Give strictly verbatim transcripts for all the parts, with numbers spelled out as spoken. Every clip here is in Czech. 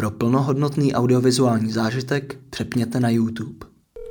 Pro plnohodnotný audiovizuální zážitek přepněte na YouTube.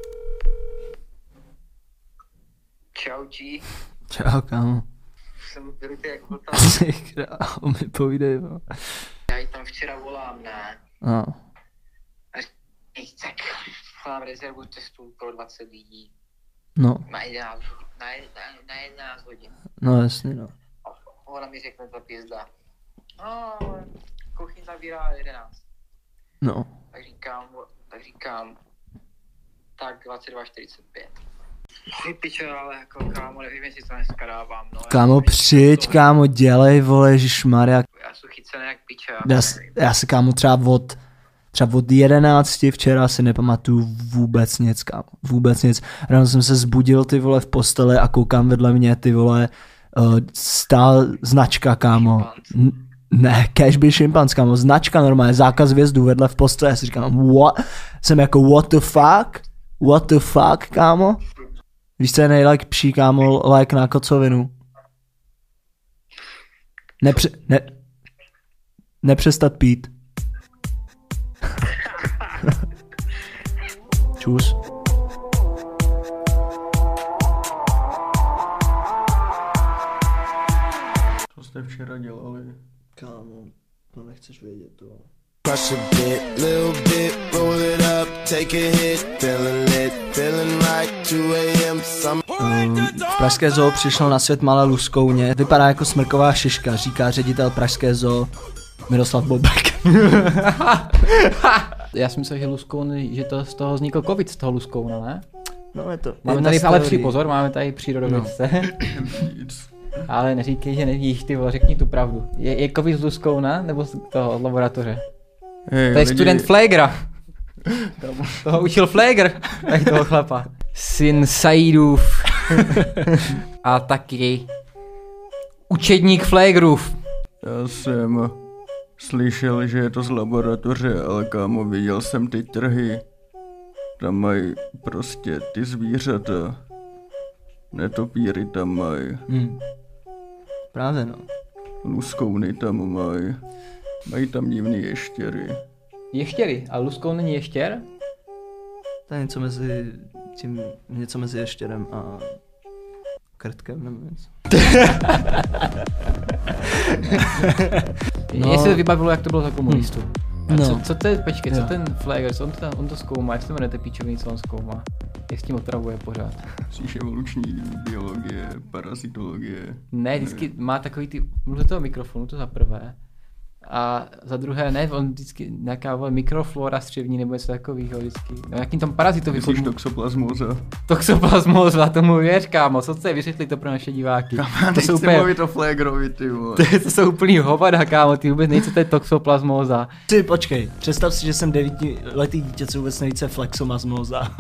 Čau, G. Čau, kámo. Jsem vyrutý jak vlta. Ty krávo, mi povídej, no. Já jí tam včera volám, ne? No. A říct, tak volám rezervu testů pro dvacet lidí. No, Na jedenáct, na, na, na jedenáct hodin. no jasně, no. A ona mi řekne ta pězda. No, kuchyň zabírá jedenáct. No. Tak říkám, tak říkám, tak dvacet dva čtyřicet pět. Ty piče, ale jako kámo, nevím, jestli to dneska dávám, no. Kámo, přijď, kámo, dělej, vole, ježišmarja. Já jsem chycený jak piče. Já, s- já se, kámo, třeba od, třeba od jedenácti včera si nepamatuju vůbec nic, kámo, vůbec nic. Ráno jsem se zbudil, ty vole, v posteli a koukám vedle mě, ty vole, uh, stál značka, kámo. N- ne, Cashby Šimpanz, kámo, značka normálně, zákaz vjezdu vedle v posteli, já si říkám, what? Jsem jako, what the fuck? What the fuck, kámo? Víš, co je nejlepší, kámo, like na kocovinu? Nepře... Ne... Nepřestat pít. Čus. Co jste včera dělali? Kámo, to nechceš vědět, to. Crush a bit, little bit, roll it up, take a hit, feeling it, feeling right, two a m some. Um, v Pražské zoo přišlo na svět malé luskouně. Vypadá jako smrková šiška, říká ředitel Pražské zoo Miroslav Bobek. Já si myslel, že luskoun, že to z toho vznikl covid, z toho luskouna, ne? No je to. Máme tady, ale při pozor, máme tady přírodovědce. Nic. Ale neříkej, že nevíš, ty vole, řekni tu pravdu. Je, je covid z luskouna, nebo z toho od laboratoře? Hej, To je lidi, student Flagra. Toho učil Flagr, tak toho chlapa. Syn Saidův. A taky učedník Flagrův. Já jsem slyšel, že je to z laboratoře, ale kámo, viděl jsem ty trhy. Tam mají prostě ty zvířata. Netopíry tam mají. Hmm. Právě no. Luskouny tam mají. Mají tam divný ještěry. Ještěry, a luskoun není ještěr? To je něco mezi tím, něco mezi ještěrem a krtkem nebo něco. No. Jestli to vybavilo, jak to bylo za komunistů. A No. co, co to je, počkej, co Jo. ten Flagr, co on to, on to zkoumá, jak se to jmenuje té píčoviny, co on zkoumá? Jak s tím otravuje pořád? Myslíš evoluční biologie, parazitologie. Ne, vždycky má takový ty, mluv do toho mikrofonu, to za prvé. A za druhé, ne, on vždycky nějaká vole, mikroflora střevní nebo něco takového vždycky. No jakým tam parazitovi Myslíš formu... toxoplasmoza? Toxoplasmóza, tomu věř, kámo, co chce, vysvětli to pro naše diváky. Já To jsou nechci úplně, mluvit o Flagrovi, ty vole. to, to jsou úplný hovada, kámo, ty vůbec nejsi, to je toxoplasmóza. Ty počkej, představ si, že jsem devítiletý dítě, co vůbec nejvíce flexomazmóza.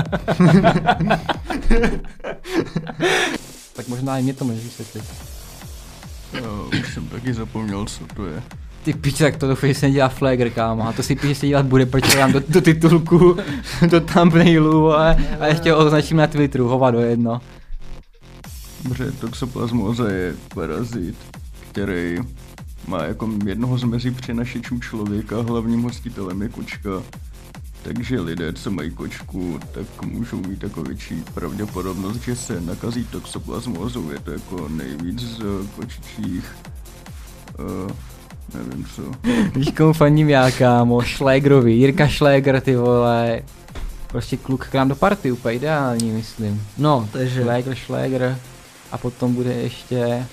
Tak možná i mě to můžeš vysvětlit. Jo, už jsem taky zapomněl, co to je. Ty piče, tak to doufám, že se nedělá Flagr, kámo, a to si píše, že se dělat bude, protože dám do, do titulku, do thumbnailu a, a ještě ho označím na Twitteru, hovado jedno. Dobře, toxoplasmoza je parazit, který má jako jednoho z mezi přenašečů člověka, hlavním hostitelem je kočka. Takže lidé, co mají kočku, tak můžou mít jako větší pravděpodobnost, že se nakazí toxoplasmózou. Je to jako nejvíc z kočičích, uh, nevím co. Víš, komu faním já, kámo, Šlégrovi, Jirka Šlégr, ty vole. Prostě kluk k nám do party, úplně ideální, myslím. No, takže... Šlégr, Šlégr a potom bude ještě...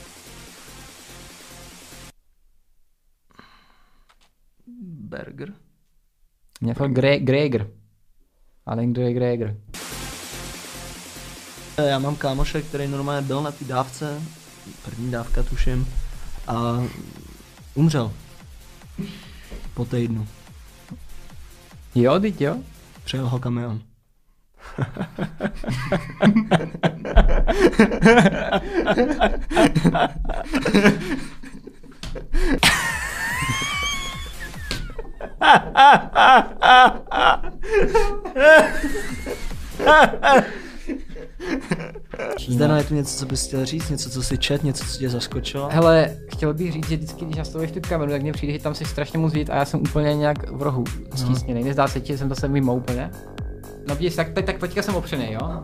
Berger? Mě fakt Gre- Gregor. Ale kdo je Gregor? Já mám kámoše, který normálně byl na té dávce, první dávka tuším, a umřel. Po týdnu. Jo, teď jo? Přejel ho kamion. Zdeno, je tu něco, co bys chtěl říct? Něco, co si čet? Něco, co tě zaskočilo? Hele, chtěl bych říct, že vždycky, když nastavuješ tu kameru, tak mně přijde, že tam si strašně moc vidět a já jsem úplně nějak v rohu stísněný. Nezdá se ti, že jsem zase mimo úplně? No vidíš, tak, tak, tak teďka jsem opřený, jo?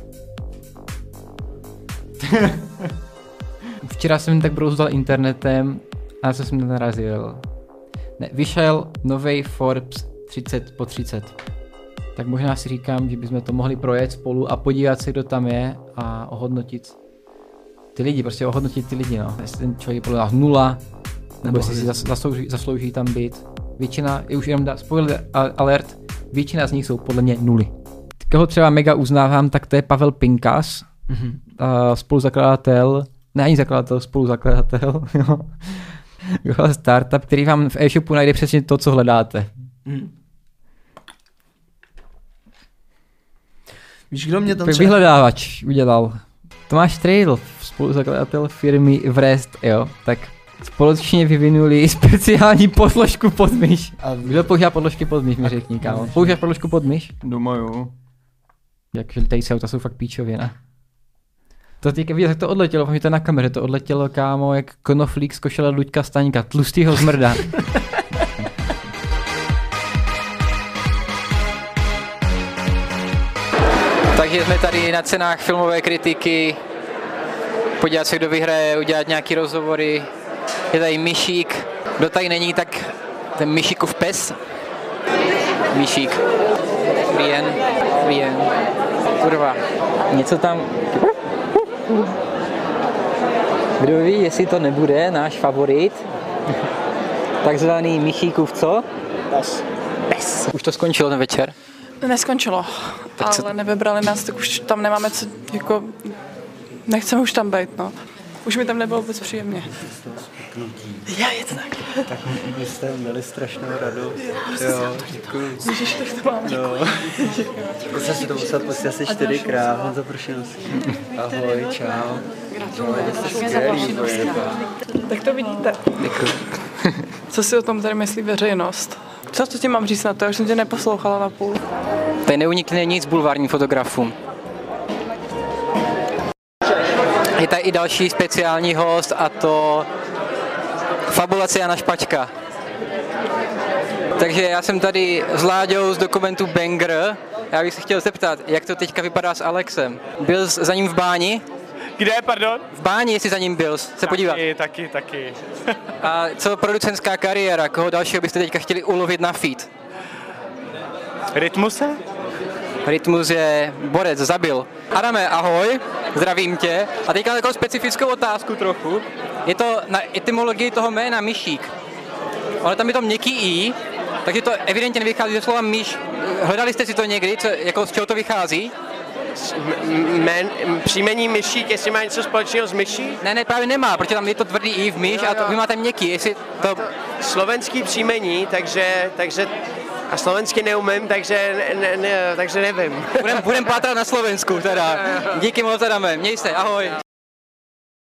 Včera jsem tak brouzdal internetem a já jsem narazil. Ne, vyšel novej Forbes třicet po třicet. Tak možná si říkám, že bychom to mohli projet spolu a podívat se, kdo tam je a ohodnotit ty lidi, prostě ohodnotit ty lidi, no. Jestli ten člověk je podle nás nula, nebo jestli si zas, zaslouží, zaslouží tam být. Většina, je už jenom dá, spoiler alert, většina z nich jsou podle mě nuly. Koho třeba mega uznávám, tak to je Pavel Pinkas, mm-hmm. spoluzakladatel, ne ani zakladatel, spoluzakladatel, jo. Startup, který vám v e-shopu najde přesně to, co hledáte. Mm. Víš, kdo mě tam třeba... Vyhledávač udělal. Tomáš Trejdl, spoluzakladatel firmy Vrest, jo, tak společně vyvinuli speciální podložku pod myš. A kdo používá podložky pod myš, mi řekni, kámo. Používáš podložku pod myš? Doma jo. Jak tady se auta jsou fakt píčovina. To teďka vidět, jak to odletělo, protože to na kameře, to odletělo, kámo, jak konoflík z košele Luďka Staňka, tlustýho zmrda. Takže jsme tady na cenách filmové kritiky, podívat se, kdo vyhraje, udělat nějaký rozhovory. Je tady Myšík, kdo tady není, tak ten Myšíkův pes. Myšík. Rien, rien. Kurva, něco tam... Kdo ví, jestli to nebude náš favorit, takzvaný Myšíkův co? Pes. Pes. Už to skončilo ten večer? Neskončilo, tak ale co? Nevybrali nás, tak už tam nemáme co, jako, nechceme už tam být, no. Už mi tam nebylo vůbec příjemně. Já, je to tak. Tak my jste měli strašnou radost. Jo, děkuji. Ježiš, tak to máme. No. Já jsem si to musel pustit asi čtyřikrát, on zapršil si. Ahoj, čau. Gratuluju. Tak to vidíte. Děkuji. Co si o tom tady myslí veřejnost? Co to ti mám říct na to, už jsem tě neposlouchala na půl. Tady neunikne nic bulvárním fotografům. Je tady i další speciální host a to Fabulace Jana Špačka. Takže já jsem tady s Láďou z dokumentu Banger. Já bych se chtěl zeptat, jak to teďka vypadá s Alexem. Byl jsi za ním v báni? Kde, pardon? V báni, jestli za ním byl, se podívat. Taky, taky, taky. A co producentská kariéra, koho dalšího byste teďka chtěli ulovit na feed? Rytmuse? Rytmus je borec, zabil. Adame, ahoj, zdravím tě. A teďka takovou specifickou otázku trochu. Je to na etymologii toho jména Myšík. Ale tam je to měkký i, takže to evidentně nevychází ze slova myš. Hledali jste si to někdy, co, jako z čeho to vychází? Men, příjmení Myšík, jestli má něco společného s myší? Ne, ne, právě nemá, protože tam je to tvrdý i v myš a to, vy máte měkký, jestli to... to... Slovenský příjmení, takže, takže a slovensky neumím, takže, ne, ne, takže nevím. Budem, budem pátrat na Slovensku teda. Díky moc, Adame, měj se, ahoj.